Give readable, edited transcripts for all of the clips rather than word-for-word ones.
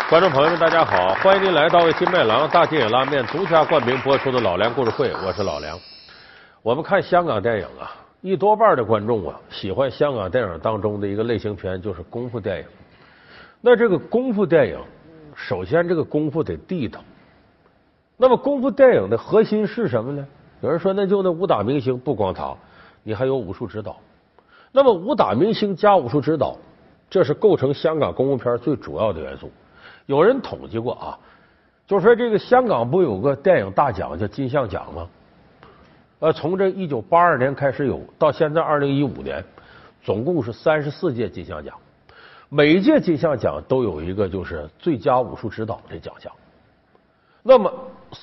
观众朋友们，大家好，欢迎您来到为金麦郎大金眼拉面独家冠名播出的老梁故事会，我是老梁。我们看香港电影啊，一多半的观众啊喜欢香港电影当中的一个类型片，就是功夫电影。那这个功夫电影，首先这个功夫得地道。那么功夫电影的核心是什么呢？有人说那就那武打明星，不光他，你还有武术指导。那么武打明星加武术指导，这是构成香港功夫片最主要的元素。有人统计过啊，就说这个香港不有个电影大奖叫金像奖吗？从这1982年开始有，到现在2015年，总共是34届金像奖。每一届金像奖都有一个就是最佳武术指导这奖项。那么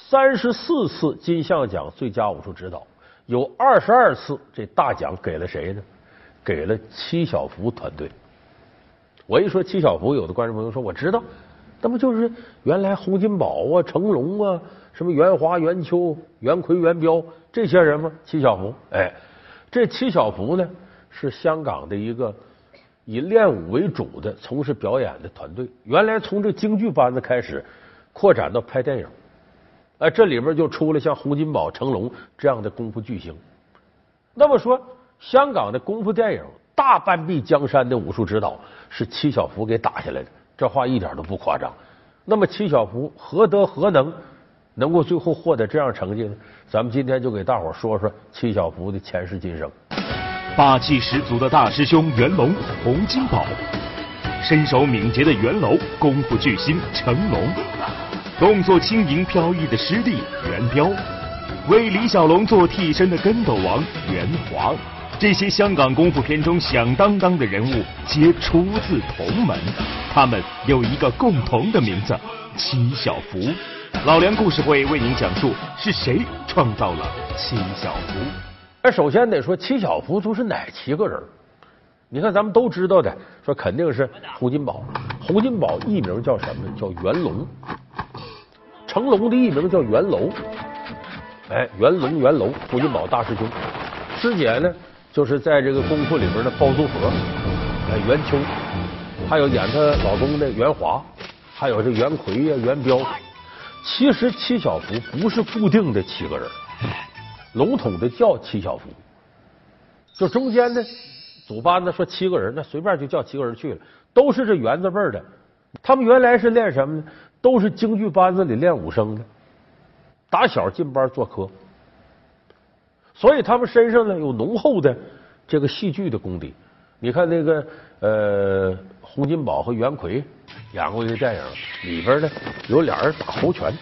34次金像奖最佳武术指导，有22次这大奖给了谁呢？给了戚小福团队。我一说戚小福，有的观众朋友说我知道。那不就是原来洪金宝啊、成龙啊、什么袁华、袁秋、袁奎、袁彪这些人吗？戚小福，这戚小福呢是香港的一个以练武为主的从事表演的团队。原来从这京剧班子开始，扩展到拍电影，这里边就出了像洪金宝、成龙这样的功夫巨星。那么说，香港的功夫电影大半壁江山的武术指导是戚小福给打下来的。这话一点都不夸张。那么戚小福何德何能，能够最后获得这样成绩呢？咱们今天就给大伙说说戚小福的前世今生。 霸气十足的大师兄袁龙、洪金宝，身手敏捷的袁楼、功夫巨星成龙，动作轻盈飘逸的师弟袁彪，为李小龙做替身的跟斗王袁华。这些香港功夫片中响当当的人物皆出自同门，他们有一个共同的名字——戚小福。老梁故事会为您讲述是谁创造了戚小福。 首先得说戚小福都是哪7个人？你看咱们都知道的，说肯定是洪金宝。洪金宝艺名叫什么？叫袁龙。成龙的艺名叫袁楼。袁龙、袁楼，洪金宝大师兄。师姐呢？就是在这个功夫里面的包租婆袁秋，还有演她老公的袁华，还有这袁奎呀、袁彪。其实戚小福不是固定的7个人，笼统的叫戚小福。就中间呢，组班子说7个人，那随便就叫7个人去了，都是这袁字辈的。他们原来是练什么呢？都是京剧班子里练武生的，打小进班做科。所以他们身上呢有浓厚的这个戏剧的功底。你看那个洪金宝和袁奎演过一个电影，里边呢有俩人打猴拳。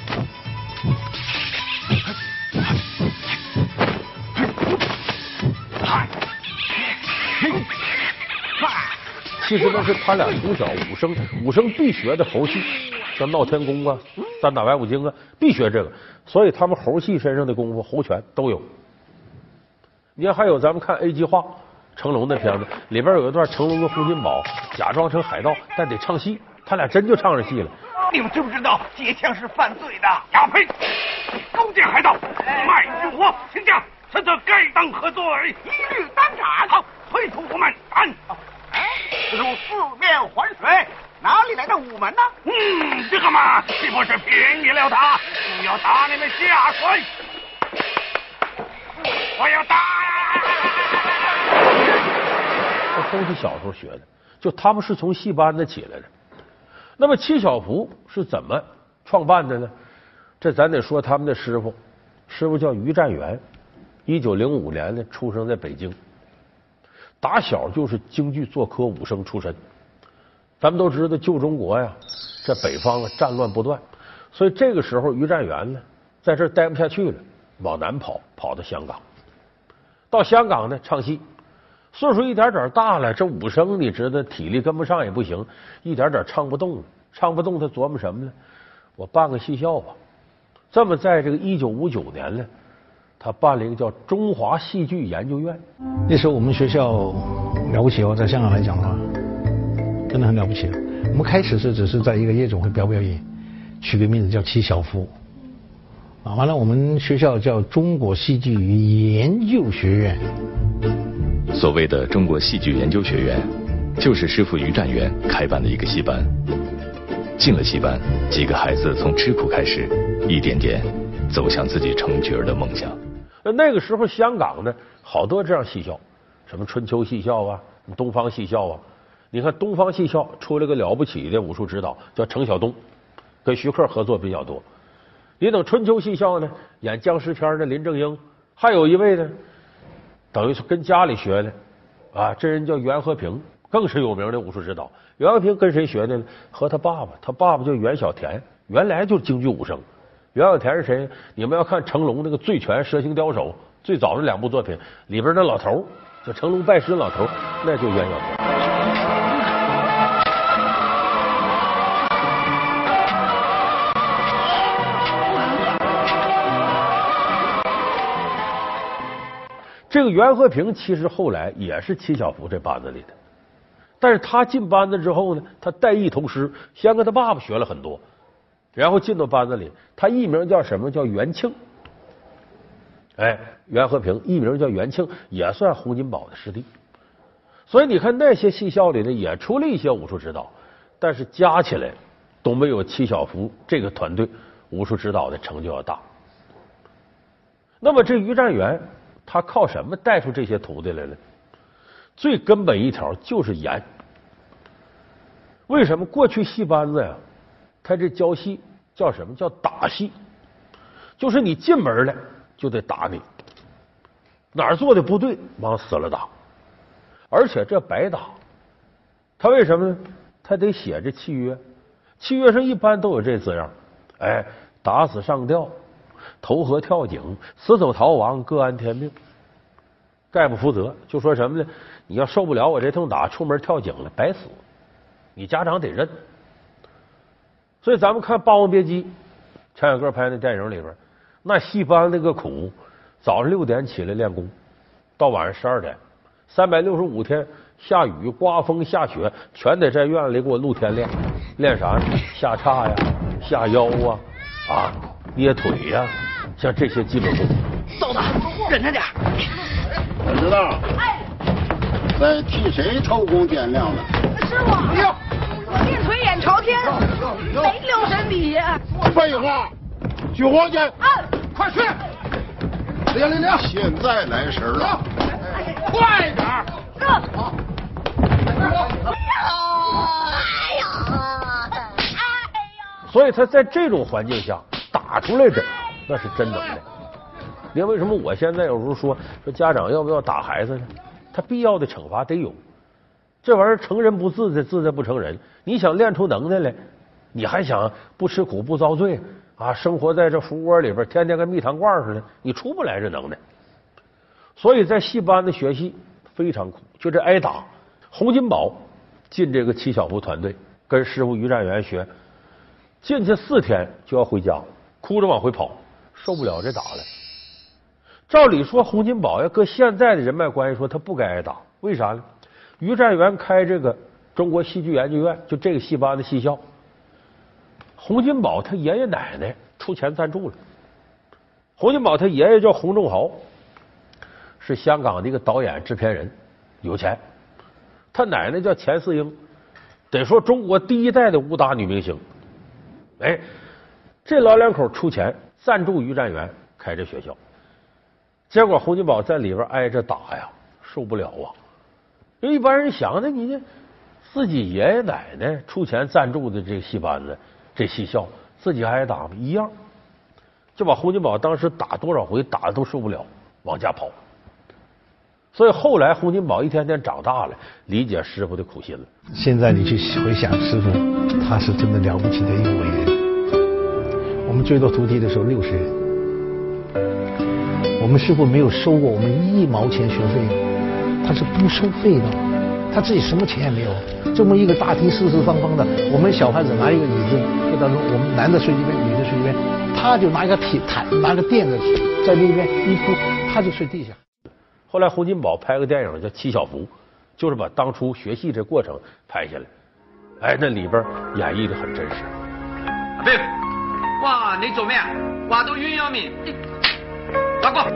其实那是他俩从小武生必学的猴戏，像闹天宫啊、单打白骨精啊，必学这个。所以他们猴戏身上的功夫、猴拳都有。你看，还有咱们看 A 计划成龙的片子，里边有一段成龙跟洪金宝假装成海盗，但得唱戏，他俩真就唱上戏了。 你们知不知道劫枪是犯罪的？呀呸！勾结海盗，卖军火，请假，此则该当何罪？一律当斩。好，退出午门。如四面环水，哪里来的午门呢？这个嘛，岂不是便宜了他？就要打你们下水！我要打！ 这都是小时候学的，就他们是从戏班子起来的。那么戚小福是怎么创办的呢？这咱得说他们的师傅叫于占元，1905年呢出生在北京，打小就是京剧做科武生出身。咱们都知道旧中国呀，这北方啊战乱不断，所以这个时候于占元呢在这儿待不下去了，往南跑到香港。到香港呢唱戏，岁数一点点大了，这武生你知道体力跟不上也不行，一点点唱不动了。唱不动他琢磨什么呢？我办个戏校吧。这么在这个1959年呢，他办了一个叫中华戏剧研究院。 那时候我们学校了不起哦，在香港来讲的话，真的很了不起了。我们开始只是在一个夜总会表演，取个名字叫戚小福。完了我们学校叫中国戏剧研究学院。 所谓的中国戏剧研究学院，就是师傅于占元开办的一个戏班。 进了戏班，几个孩子从吃苦开始，一点点走向自己成角的梦想。 那个时候香港呢，好多这样戏校，什么春秋戏校啊，东方戏校啊。你看东方戏校出了个了不起的武术指导，叫程晓东，跟徐克合作比较多。你等春秋戏校呢，演僵尸片的林正英，还有一位呢，等于是跟家里学的啊，这人叫袁和平，更是有名的武术指导。袁和平跟谁学的呢？和他爸爸叫袁小田，原来就是京剧武生。袁小田是谁？你们要看成龙那个《醉拳》《蛇形刁手》最早的2部作品里边的老头，就成龙拜师老头，那就袁小田。这个袁和平其实后来也是戚小福这班子里的，但是他进班子之后呢，他带艺同师，先跟他爸爸学了很多，然后进到班子里，他艺名叫什么？叫袁庆。哎，袁和平艺名叫袁庆，也算洪金宝的师弟。所以你看那些戏校里呢，也出了一些武术指导，但是加起来都没有戚小福这个团队武术指导的成就要大。那么这于占元他靠什么带出这些徒弟来了？最根本一条就是严。为什么过去戏班子呀，他这教戏叫什么？叫打戏，就是你进门来就得打你，哪儿做的不对，往死了打，而且这白打。他为什么呢？他得写这契约，契约上一般都有这字样，哎，打死上吊，投河跳井，死走逃亡，各安天命。概不负责，就说什么呢？你要受不了我这通打，出门跳井了，白死，你家长得认。所以咱们看《霸王别姬》，陈凯歌拍那电影里边，那戏班那个苦，早上6点起来练功，到晚上12点，365天，下雨、刮风、下雪，全得在院子里给我露天练。练啥呢？下叉呀，下腰啊，捏腿呀，像这些基本功。 豆子，忍着点。 我知道。哎，在替谁偷工减料呢？ 师傅，我练腿眼朝天，没留神底下。 废话，去活去。 快去！ 练。现在来神了， 快点儿！ 所以他在这种环境下打出来的那是真能耐。因为为什么我现在有时候说家长要不要打孩子呢？他必要的惩罚得有，这玩意儿成人不自在，自在不成人。你想练出能耐来，你还想不吃苦不遭罪啊？生活在这福窝里边，天天跟蜜糖罐似的，你出不来这能耐。所以在戏班子学戏非常苦，就这挨打。洪金宝进这个戚小福团队，跟师傅于占元学，进去4天就要回家，哭着往回跑，受不了这打了。照理说，洪金宝要搁现在的人脉关系说，他不该挨打，为啥呢？于占元开这个中国戏剧研究院，就这个戏班的戏校，洪金宝他爷爷奶奶出钱赞助了。洪金宝他爷爷叫洪仲豪，是香港的一个导演制片人，有钱。他奶奶叫钱四英，得说中国第1代的武打女明星。哎，这老两口出钱赞助于占元开这学校。结果洪金宝在里边挨着打呀，受不了啊！因为一般人想，那你这自己爷爷奶奶出钱赞助的这戏班子、这戏校，自己挨打吗？一样，就把洪金宝当时打多少回，打的都受不了，往家跑。所以后来洪金宝一天天长大了，理解师傅的苦心了。 现在你去回想师傅，他是真的了不起的一个伟人。我们最多徒弟的时候60人。我们师傅没有收过我们1毛钱学费，他是不收费的，他自己什么钱也没有。这么一个大厅四四方方的，我们小孩子拿一个椅子，就当中我们男的睡这边，女的睡这边，他就拿一个铁毯，拿个垫子在那边一铺，他就睡地下。 后来洪金宝拍个电影叫《七小福》，就是把当初学戏这过程拍下来。哎，那里边演绎的很真实。 阿飞，哇，你做咩啊？話到鴛鴦面，打過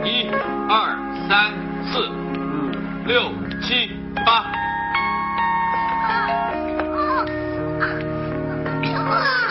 1、2、3、4、5、6、7、8。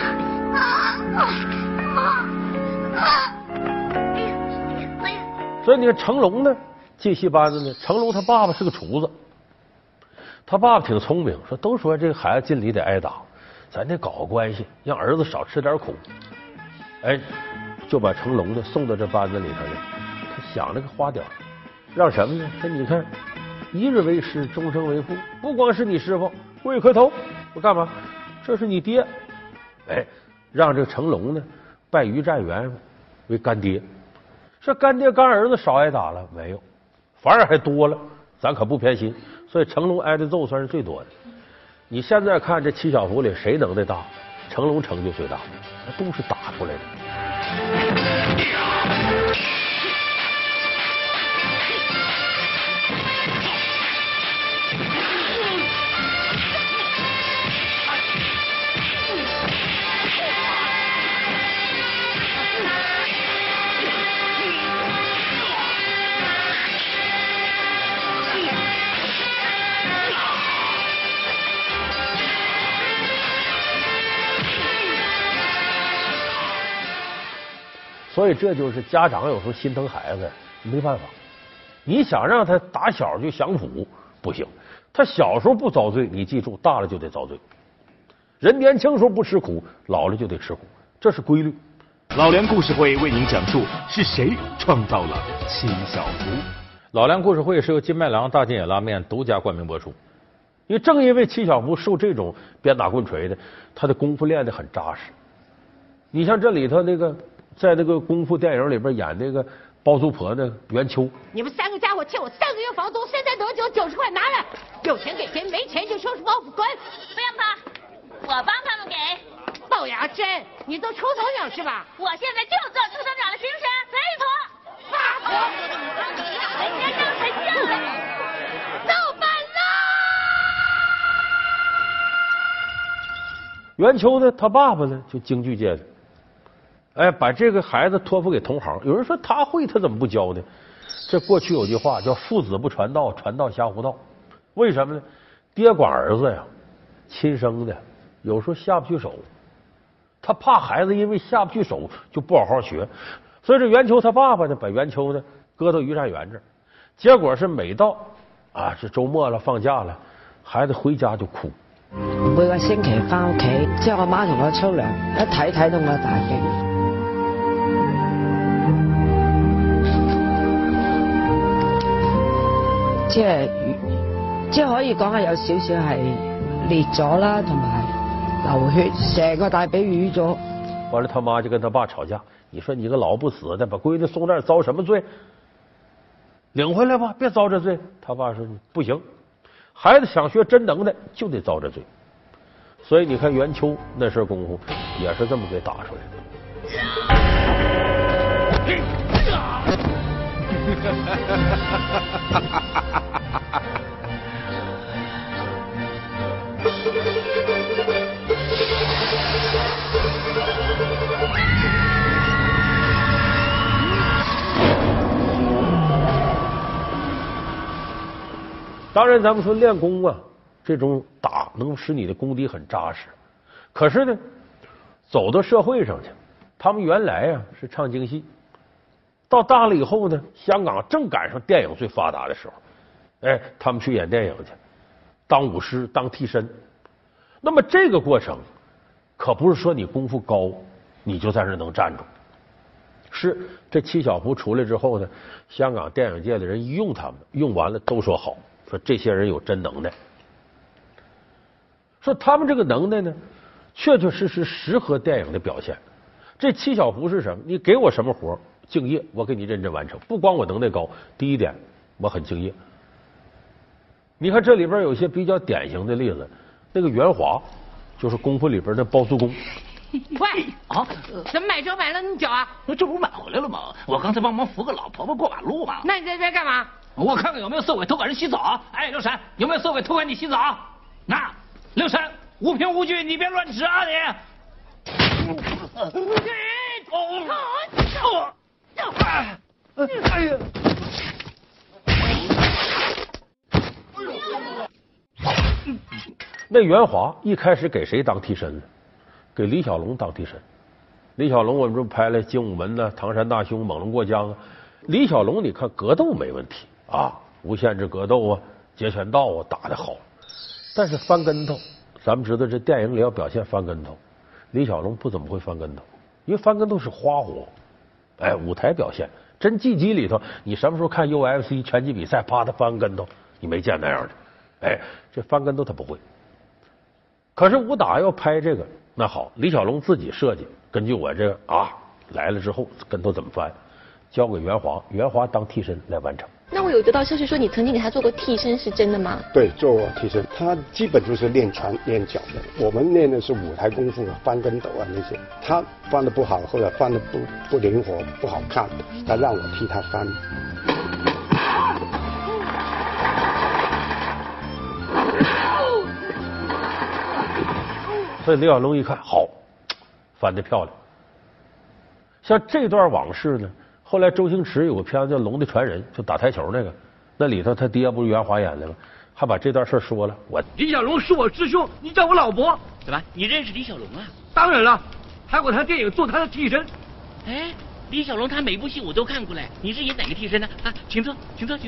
所以你看成龙呢进戏班子呢，成龙他爸爸是个厨子，他爸爸挺聪明，都说这个孩子进里得挨打，咱得搞个关系，让儿子少吃点苦。哎，就把成龙呢送到这班子里头呢，他想了个花点，让什么呢？说你看，一日为师，终生为父，不光是你师傅，跪磕头，我干嘛？这是你爹。哎，让这个成龙呢拜于占元为干爹。这干爹干儿子少挨打了没有？反而还多了，咱可不偏心。所以成龙挨的揍算是最多的。你现在看这七小福里谁能耐大？成龙成就最大，那都是打出来的。所以这就是家长有时候心疼孩子，没办法。你想让他打小就享福不行，他小时候不遭罪，你记住，大了就得遭罪。人年轻时候不吃苦，老了就得吃苦，这是规律。 老梁故事会为您讲述是谁创造了七小福。 老梁故事会是由金麦郎大金野拉面独家冠名播出。因为正因为七小福受这种鞭打棍锤的，他的功夫练得很扎实。你像这里头那个在那个功夫电影里边演那个包租婆的袁秋， 你们3个家伙欠我3个月房租，现在多久？90块拿来，有钱给钱，没钱就收拾包袱滚。 不要怕，我帮他们给。 龅牙珍，你做出头鸟是吧？ 我现在就做出头鸟的精神，来一坨。 发火！ 人家刚才叫了， 造反了！ 袁秋呢，他爸爸呢就京剧界的，哎，把这个孩子托付给同行。有人说他会，他怎么不教呢？这过去有句话叫父子不传道，传道瞎胡道。为什么呢？爹管儿子呀，亲生的，有时候下不去手，他怕孩子因为下不去手就不好好学，所以这袁秋他爸爸呢，把袁秋呢搁到于占元这儿，结果是每到这周末了放假了，孩子回家就哭。 每個星期翻屋企，之後我媽同我沖涼，一睇到我大驚。即係可以講係有少少係裂咗啦，同埋流血，成個大髀瘀咗。 完了，他媽就跟他爸吵架，你說你個老不死的，把閨女送那兒遭什麼罪？領回來吧，別遭這罪。他爸說不行，孩子想學真能耐就得遭這罪。所以你看袁秋那身功夫也是這麼給打出來的。当然咱们说练功啊，这种打能使你的功底很扎实，可是呢走到社会上去，他们原来是唱京戏，到大了以后呢，香港正赶上电影最发达的时候，哎，他们去演电影去，当武师当替身。那么这个过程可不是说你功夫高你就在这能站住，是这七小福出来之后呢，香港电影界的人一用他们，用完了都说好，说这些人有真能耐，说他们这个能耐呢确确实实适合电影的表现。这七小福是什么？你给我什么活敬业，我给你认真完成。不光我能耐高，第一点我很敬业。你看这里边有些比较典型的例子，那个袁华就是功夫里边的包租公。 喂啊，怎么买车买了那么久啊？ 那这不是买回来了吗？我刚才帮忙扶个老婆婆过马路嘛。 那你在这干嘛？ 我看看有没有色鬼偷管人洗澡。哎，刘闪，有没有色鬼偷管你洗澡？那刘闪，无凭无据，你别乱指啊你！哎呀！ 那袁华一开始给谁当替身呢？给李小龙当替身。李小龙我们这拍了《精武门》呢，《唐山大兄》《猛龙过江》啊， 李小龙，你看格斗没问题啊，无限制格斗啊，截拳道啊，打得好。但是翻跟头，咱们知道这电影里要表现翻跟头，李小龙不怎么会翻跟头，因为翻跟头是花活，哎，舞台表现。真技击里头，你什么时候看 UFC 拳击比赛，啪他翻跟头，你没见那样的。哎，这翻跟头他不会。可是武打要拍这个，那好，李小龙自己设计，根据我这个来了之后，跟头怎么翻，交给袁华，袁华当替身来完成。 那我有得到消息说你曾经给他做过替身，是真的吗？ 对，做过替身，他基本就是练拳练脚的。我们练的是舞台功夫啊，翻跟斗啊那些。他翻的不好，或者翻的不灵活、不好看，他让我替他翻。 所以李小龙一看，好，翻得漂亮。像这段往事呢。后来周星驰有个片子叫《龙的传人》，就打台球那个，那里头他爹不是袁华演的吗？还把这段事说了。 李小龙是我师兄，你叫我老伯。 怎么？你认识李小龙啊？ 当然了，拍过他电影，做他的替身。 哎，李小龙他每部戏我都看过嘞。你是演哪个替身呢？啊，请坐。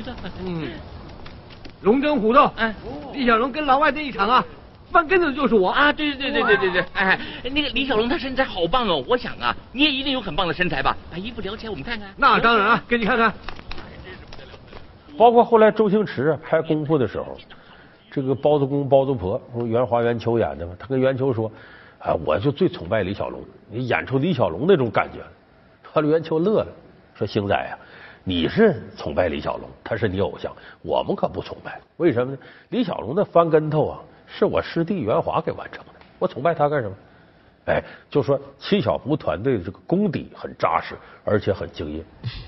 龙争虎斗，李小龙跟老外这一场啊，翻跟头就是我啊！ 对，哎，那个李小龙他身材好棒哦，我想啊，你也一定有很棒的身材吧？把衣服撩起来我们看看。 那当然啊，给你看看。 包括后来周星驰拍功夫的时候，这个包子公包子婆不是袁华袁秋演的吗？他跟袁秋说：“我就最崇拜李小龙，你演出李小龙那种感觉。”后来袁秋乐了，说：“星仔啊，你是崇拜李小龙，他是你偶像，我们可不崇拜。为什么呢？李小龙的翻跟头啊。”是我师弟袁华给完成的，我崇拜他干什么？哎，就说七小福团队的这个功底很扎实，而且很敬业。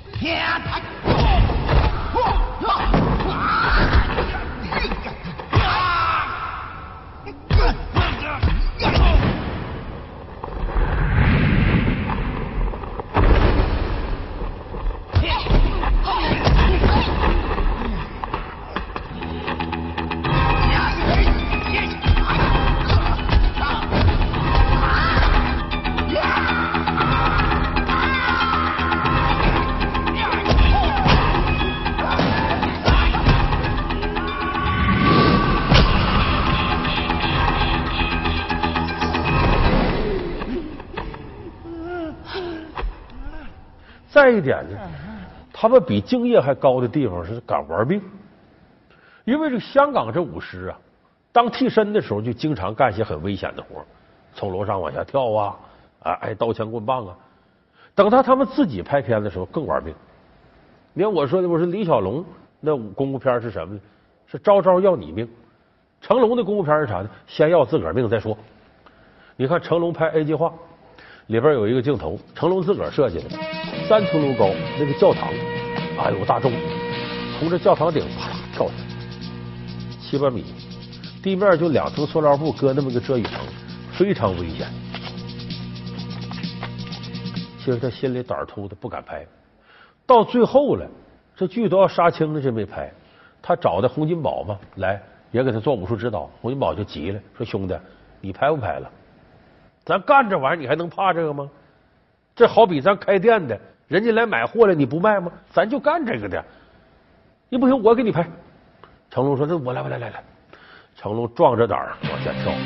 再一点呢，他们比敬业还高的地方是敢玩命，因为这香港这舞狮啊，当替身的时候就经常干些很危险的活，从楼上往下跳啊，挨刀枪棍棒啊。等他们自己拍片的时候更玩命。你看我说的，我说李小龙那功夫片是什么呢？是招招要你命。成龙的功夫片是啥呢？先要自个儿命再说。你看成龙拍 A 计划里边有一个镜头，成龙自个儿设计的，3层楼高那个教堂，有大钟，从这教堂顶啪跳下去7-8米，地面就2层塑料布搁那么个遮雨棚，非常危险。其实他心里胆儿突的不敢拍，到最后了，这剧都要杀青了，这没拍。他找的洪金宝嘛，来也给他做武术指导。洪金宝就急了，说：“兄弟，你拍不拍了？咱干这玩意儿，你还能怕这个吗？这好比咱开店的，人家来买货了，你不卖吗？咱就干这个的。你不行，我给你拍。”成龙说：“那我来。”成龙壮着胆儿往下跳。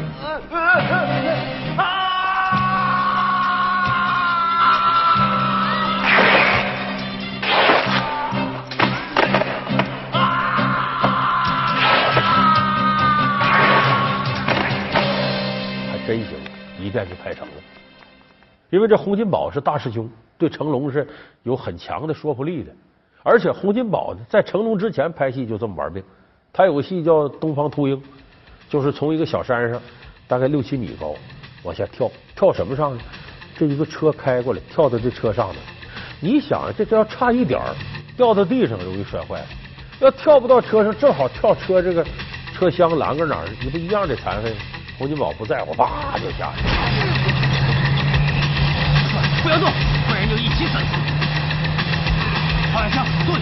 真行，一遍就拍成了。因为这洪金宝是大师兄，对成龙是有很强的说服力的。而且洪金宝呢，在成龙之前拍戏就这么玩命。他有个戏叫《东方秃鹰》，就是从一个小山上大概6-7米高往下跳，跳什么上呢？这一个车开过来，跳到这车上呢。你想，这要差一点掉到地上容易摔坏了，要跳不到车上，正好跳车这个车厢栏杆哪儿，你不一样的残废吗？洪金宝不在乎，啪就下去。 不要动，不然就一起死。换上盾。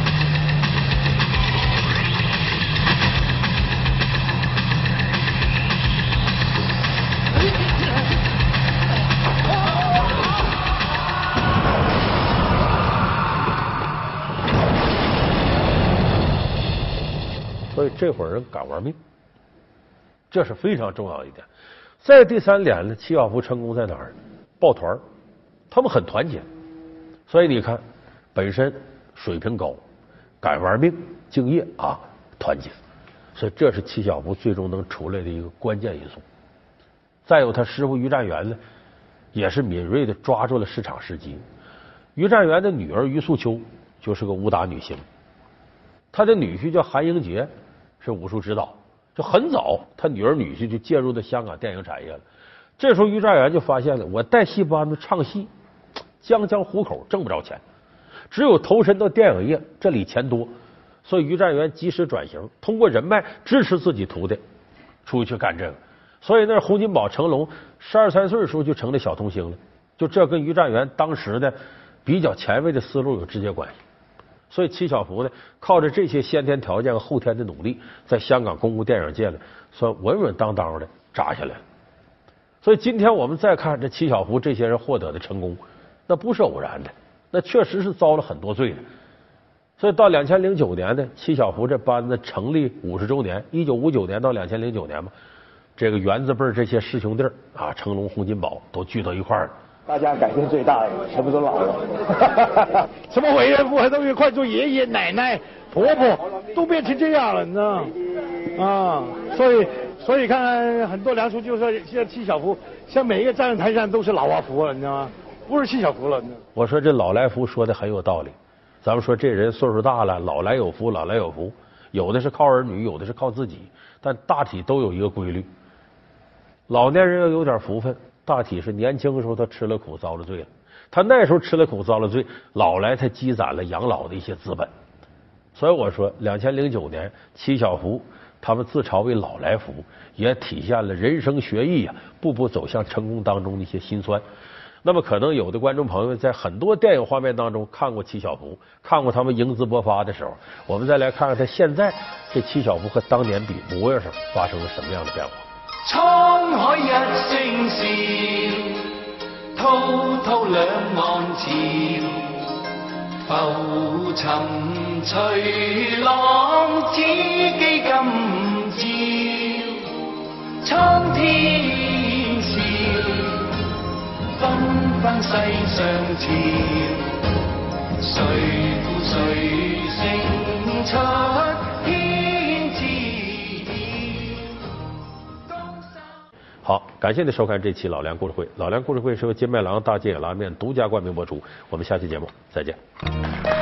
这伙人敢玩命，这是非常重要一点。再第三点呢，七小福成功在哪儿？抱团，他们很团结，所以你看，本身水平高，敢玩命，敬业啊，团结，所以这是七小福最终能出来的一个关键因素。再有他师傅于占元呢，也是敏锐的抓住了市场时机。于占元的女儿于素秋就是个武打女星，他的女婿叫韩英杰，是武术指导。就很早，他女儿女婿就介入到香港电影产业了。这时候于占元就发现了，我带戏班子唱戏，将将糊口，挣不着钱，只有投身到电影业，这里钱多。所以于占元及时转型，通过人脉支持自己徒弟出去干这个。所以那洪金宝、成龙12、13岁的时候就成了小童星了。就这跟于占元当时的比较前卫的思路有直接关系。所以七小福呢，靠着这些先天条件和后天的努力，在香港功夫电影界呢，算稳稳当当的扎下来了。所以今天我们再看这七小福这些人获得的成功，那不是偶然的，那确实是遭了很多罪的。所以到2009年呢，七小福这班子成立50周年，1959年到2009年嘛，这个源字辈这些师兄弟啊，成龙、洪金宝都聚到一块儿了。 大家改变最大，什么都老了，什么为人父还都越快做爷爷奶奶婆婆都变成这样了，你知道啊？所以看看很多梁叔就说现在七小福，像每一个站在台上都是老阿福了，你知道吗？不是七小福了。 我说这老来福说的很有道理。咱们说这人岁数大了，老来有福，老来有福，有的是靠儿女，有的是靠自己，但大体都有一个规律。老年人要有点福分，大体是年轻的时候他吃了苦遭了罪了，他那时候吃了苦遭了罪，老来他积攒了养老的一些资本。所以我说2009年七小福他们自嘲为老来福，也体现了人生学艺啊步步走向成功当中的一些辛酸。那么可能有的观众朋友在很多电影画面当中看过七小福，看过他们英姿勃发的时候，我们再来看看他现在这七小福和当年比模样上发生了什么样的变化。 滄海一聲笑，滔滔兩岸潮，浮沉隨浪，此機今朝，蒼天笑，紛紛世上潮，誰負誰勝出天知。 好，感谢您收看这期老梁故事会。老梁故事会是由金麦郎大金野拉面独家冠名播出。我们下期节目再见。